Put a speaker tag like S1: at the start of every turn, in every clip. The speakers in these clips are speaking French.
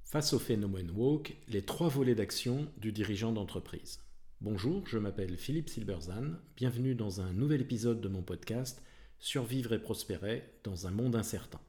S1: Face au phénomène woke, les 3 volets d'action du dirigeant d'entreprise. Bonjour, je m'appelle Philippe Silberzan, bienvenue dans un nouvel épisode de mon podcast Survivre et prospérer dans un monde incertain.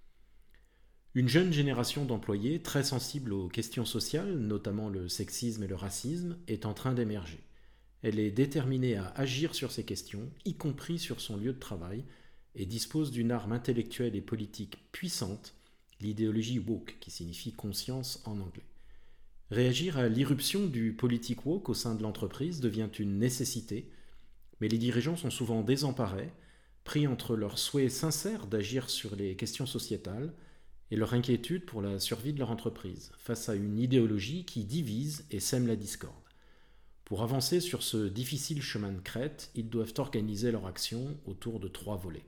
S1: Une jeune génération d'employés très sensible aux questions sociales, notamment le sexisme et le racisme, est en train d'émerger. Elle est déterminée à agir sur ces questions, y compris sur son lieu de travail, et dispose d'une arme intellectuelle et politique puissante, l'idéologie woke, qui signifie conscience en anglais. Réagir à l'irruption du politique woke au sein de l'entreprise devient une nécessité, mais les dirigeants sont souvent désemparés, pris entre leur souhait sincère d'agir sur les questions sociétales et leur inquiétude pour la survie de leur entreprise, face à une idéologie qui divise et sème la discorde. Pour avancer sur ce difficile chemin de crête, ils doivent organiser leur action autour de 3 volets.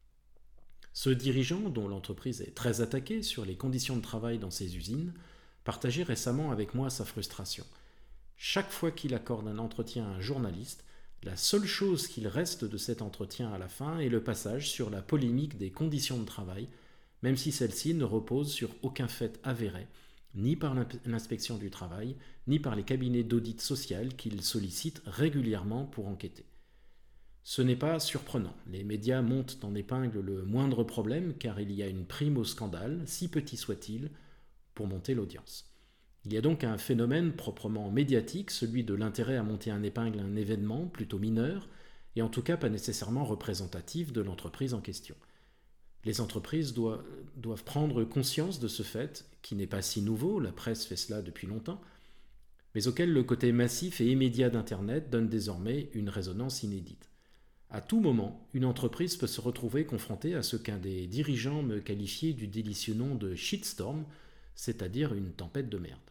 S1: Ce dirigeant, dont l'entreprise est très attaquée sur les conditions de travail dans ses usines, partageait récemment avec moi sa frustration. Chaque fois qu'il accorde un entretien à un journaliste, la seule chose qu'il reste de cet entretien à la fin est le passage sur la polémique des conditions de travail, même si celle-ci ne repose sur aucun fait avéré, ni par l'inspection du travail, ni par les cabinets d'audit social qu'il sollicite régulièrement pour enquêter. Ce n'est pas surprenant, les médias montent en épingle le moindre problème car il y a une prime au scandale, si petit soit-il, pour monter l'audience. Il y a donc un phénomène proprement médiatique, celui de l'intérêt à monter en épingle un événement plutôt mineur, et en tout cas pas nécessairement représentatif de l'entreprise en question. Les entreprises doivent prendre conscience de ce fait, qui n'est pas si nouveau, la presse fait cela depuis longtemps, mais auquel le côté massif et immédiat d'Internet donne désormais une résonance inédite. À tout moment, une entreprise peut se retrouver confrontée à ce qu'un des dirigeants me qualifiait du délicieux nom de shitstorm, c'est-à-dire une tempête de merde.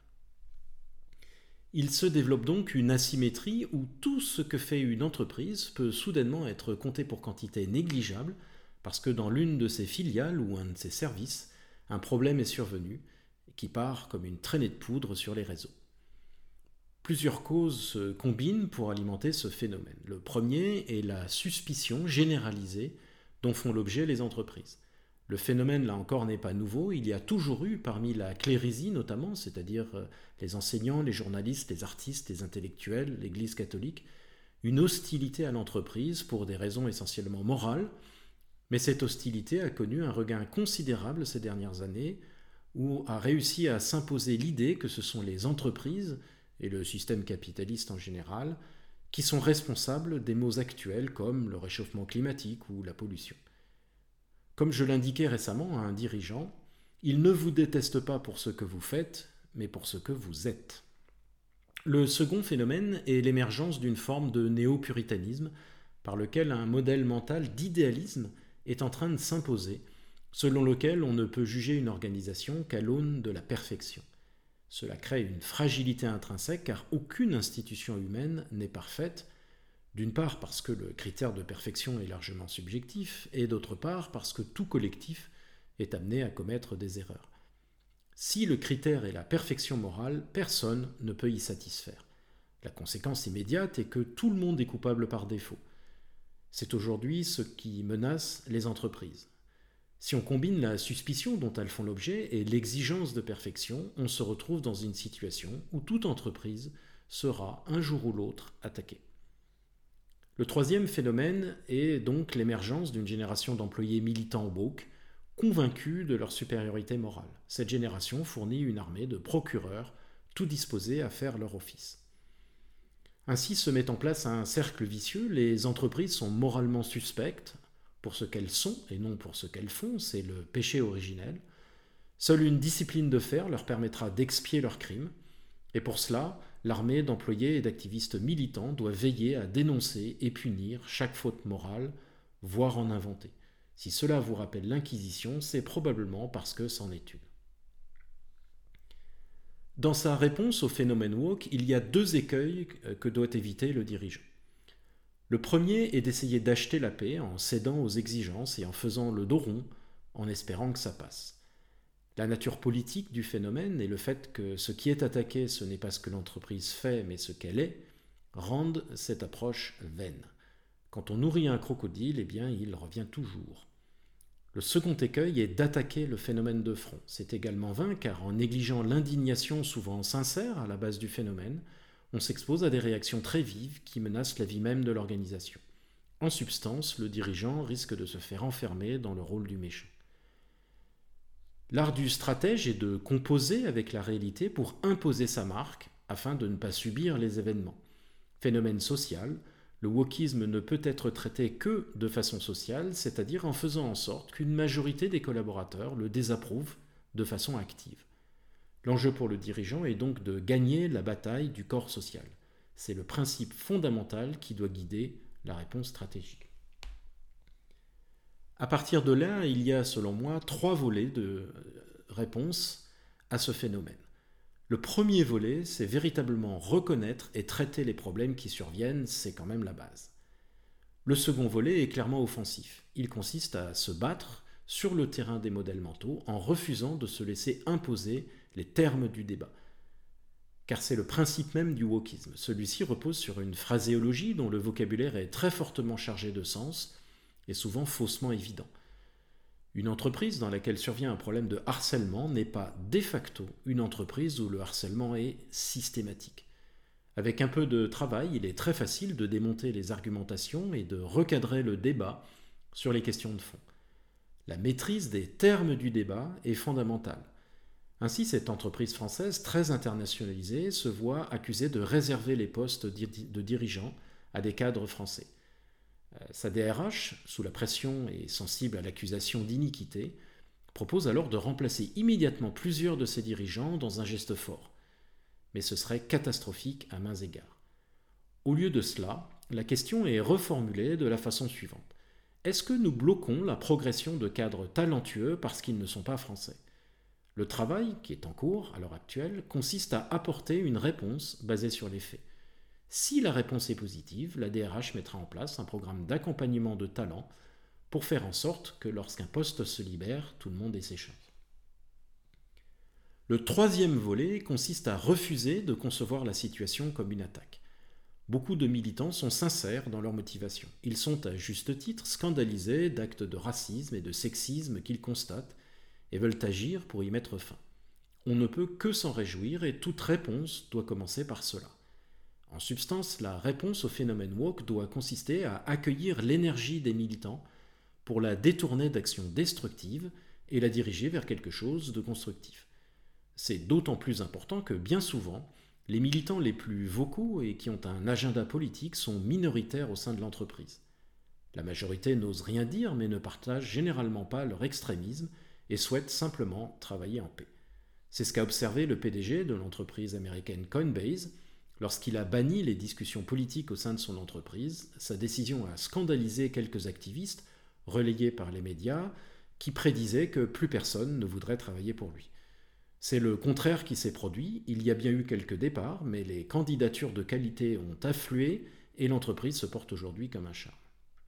S1: Il se développe donc une asymétrie où tout ce que fait une entreprise peut soudainement être compté pour quantité négligeable parce que dans l'une de ses filiales ou un de ses services, un problème est survenu qui part comme une traînée de poudre sur les réseaux. Plusieurs causes se combinent pour alimenter ce phénomène. Le premier est la suspicion généralisée dont font l'objet les entreprises. Le phénomène, là encore, n'est pas nouveau. Il y a toujours eu, parmi la clérisie notamment, c'est-à-dire les enseignants, les journalistes, les artistes, les intellectuels, l'Église catholique, une hostilité à l'entreprise pour des raisons essentiellement morales, mais cette hostilité a connu un regain considérable ces dernières années, où a réussi à s'imposer l'idée que ce sont les entreprises, et le système capitaliste en général, qui sont responsables des maux actuels comme le réchauffement climatique ou la pollution. Comme je l'indiquais récemment à un dirigeant, il ne vous déteste pas pour ce que vous faites, mais pour ce que vous êtes. Le second phénomène est l'émergence d'une forme de néo-puritanisme par lequel un modèle mental d'idéalisme est en train de s'imposer, selon lequel on ne peut juger une organisation qu'à l'aune de la perfection. Cela crée une fragilité intrinsèque car aucune institution humaine n'est parfaite, d'une part parce que le critère de perfection est largement subjectif, et d'autre part parce que tout collectif est amené à commettre des erreurs. Si le critère est la perfection morale, personne ne peut y satisfaire. La conséquence immédiate est que tout le monde est coupable par défaut. C'est aujourd'hui ce qui menace les entreprises. Si on combine la suspicion dont elles font l'objet et l'exigence de perfection, on se retrouve dans une situation où toute entreprise sera un jour ou l'autre attaquée. Le troisième phénomène est donc l'émergence d'une génération d'employés militants woke, convaincus de leur supériorité morale. Cette génération fournit une armée de procureurs, tout disposés à faire leur office. Ainsi se met en place un cercle vicieux, les entreprises sont moralement suspectes pour ce qu'elles sont et non pour ce qu'elles font, c'est le péché originel. Seule une discipline de fer leur permettra d'expier leurs crimes, et pour cela, l'armée d'employés et d'activistes militants doit veiller à dénoncer et punir chaque faute morale, voire en inventer. Si cela vous rappelle l'Inquisition, c'est probablement parce que c'en est une. Dans sa réponse au phénomène woke, il y a 2 écueils que doit éviter le dirigeant. Le premier est d'essayer d'acheter la paix en cédant aux exigences et en faisant le dos rond, en espérant que ça passe. La nature politique du phénomène et le fait que ce qui est attaqué, ce n'est pas ce que l'entreprise fait, mais ce qu'elle est, rendent cette approche vaine. Quand on nourrit un crocodile, eh bien, il revient toujours. Le second écueil est d'attaquer le phénomène de front. C'est également vain car en négligeant l'indignation souvent sincère à la base du phénomène, on s'expose à des réactions très vives qui menacent la vie même de l'organisation. En substance, le dirigeant risque de se faire enfermer dans le rôle du méchant. L'art du stratège est de composer avec la réalité pour imposer sa marque afin de ne pas subir les événements. Phénomène social, le wokisme ne peut être traité que de façon sociale, c'est-à-dire en faisant en sorte qu'une majorité des collaborateurs le désapprouvent de façon active. L'enjeu pour le dirigeant est donc de gagner la bataille du corps social. C'est le principe fondamental qui doit guider la réponse stratégique. À partir de là, il y a selon moi 3 volets de réponse à ce phénomène. Le premier volet, c'est véritablement reconnaître et traiter les problèmes qui surviennent, c'est quand même la base. Le second volet est clairement offensif. Il consiste à se battre sur le terrain des modèles mentaux en refusant de se laisser imposer les termes du débat. Car c'est le principe même du wokisme. Celui-ci repose sur une phraséologie dont le vocabulaire est très fortement chargé de sens et souvent faussement évident. Une entreprise dans laquelle survient un problème de harcèlement n'est pas de facto une entreprise où le harcèlement est systématique. Avec un peu de travail, il est très facile de démonter les argumentations et de recadrer le débat sur les questions de fond. La maîtrise des termes du débat est fondamentale. Ainsi, cette entreprise française très internationalisée se voit accusée de réserver les postes de dirigeants à des cadres français. Sa DRH, sous la pression et sensible à l'accusation d'iniquité, propose alors de remplacer immédiatement plusieurs de ses dirigeants dans un geste fort. Mais ce serait catastrophique à mains égards. Au lieu de cela, la question est reformulée de la façon suivante. Est-ce que nous bloquons la progression de cadres talentueux parce qu'ils ne sont pas français ? Le travail, qui est en cours à l'heure actuelle, consiste à apporter une réponse basée sur les faits. Si la réponse est positive, la DRH mettra en place un programme d'accompagnement de talent pour faire en sorte que lorsqu'un poste se libère, tout le monde ait ses chances. Le troisième volet consiste à refuser de concevoir la situation comme une attaque. Beaucoup de militants sont sincères dans leur motivation. Ils sont à juste titre scandalisés d'actes de racisme et de sexisme qu'ils constatent et veulent agir pour y mettre fin. On ne peut que s'en réjouir et toute réponse doit commencer par cela. En substance, la réponse au phénomène woke doit consister à accueillir l'énergie des militants pour la détourner d'actions destructives et la diriger vers quelque chose de constructif. C'est d'autant plus important que bien souvent, les militants les plus vocaux et qui ont un agenda politique sont minoritaires au sein de l'entreprise. La majorité n'ose rien dire mais ne partage généralement pas leur extrémisme et souhaite simplement travailler en paix. C'est ce qu'a observé le PDG de l'entreprise américaine Coinbase. Lorsqu'il a banni les discussions politiques au sein de son entreprise, sa décision a scandalisé quelques activistes relayés par les médias qui prédisaient que plus personne ne voudrait travailler pour lui. C'est le contraire qui s'est produit, il y a bien eu quelques départs, mais les candidatures de qualité ont afflué et l'entreprise se porte aujourd'hui comme un charme.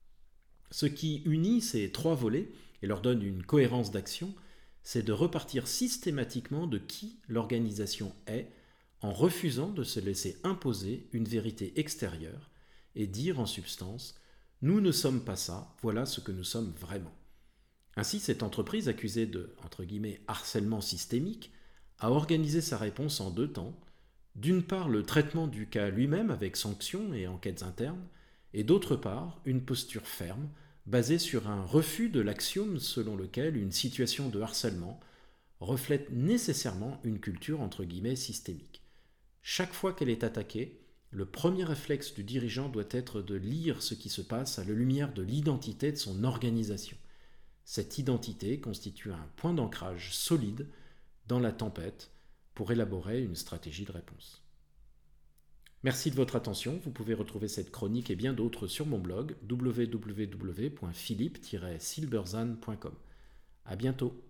S1: Ce qui unit ces 3 volets et leur donne une cohérence d'action, c'est de repartir systématiquement de qui l'organisation est, en refusant de se laisser imposer une vérité extérieure et dire en substance « nous ne sommes pas ça, voilà ce que nous sommes vraiment ». Ainsi, cette entreprise accusée de entre guillemets, « harcèlement systémique » a organisé sa réponse en 2 temps, d'une part le traitement du cas lui-même avec sanctions et enquêtes internes, et d'autre part une posture ferme basée sur un refus de l'axiome selon lequel une situation de harcèlement reflète nécessairement une culture entre guillemets systémique. Chaque fois qu'elle est attaquée, le premier réflexe du dirigeant doit être de lire ce qui se passe à la lumière de l'identité de son organisation. Cette identité constitue un point d'ancrage solide dans la tempête pour élaborer une stratégie de réponse. Merci de votre attention. Vous pouvez retrouver cette chronique et bien d'autres sur mon blog www.philippe-silberzan.com. À bientôt.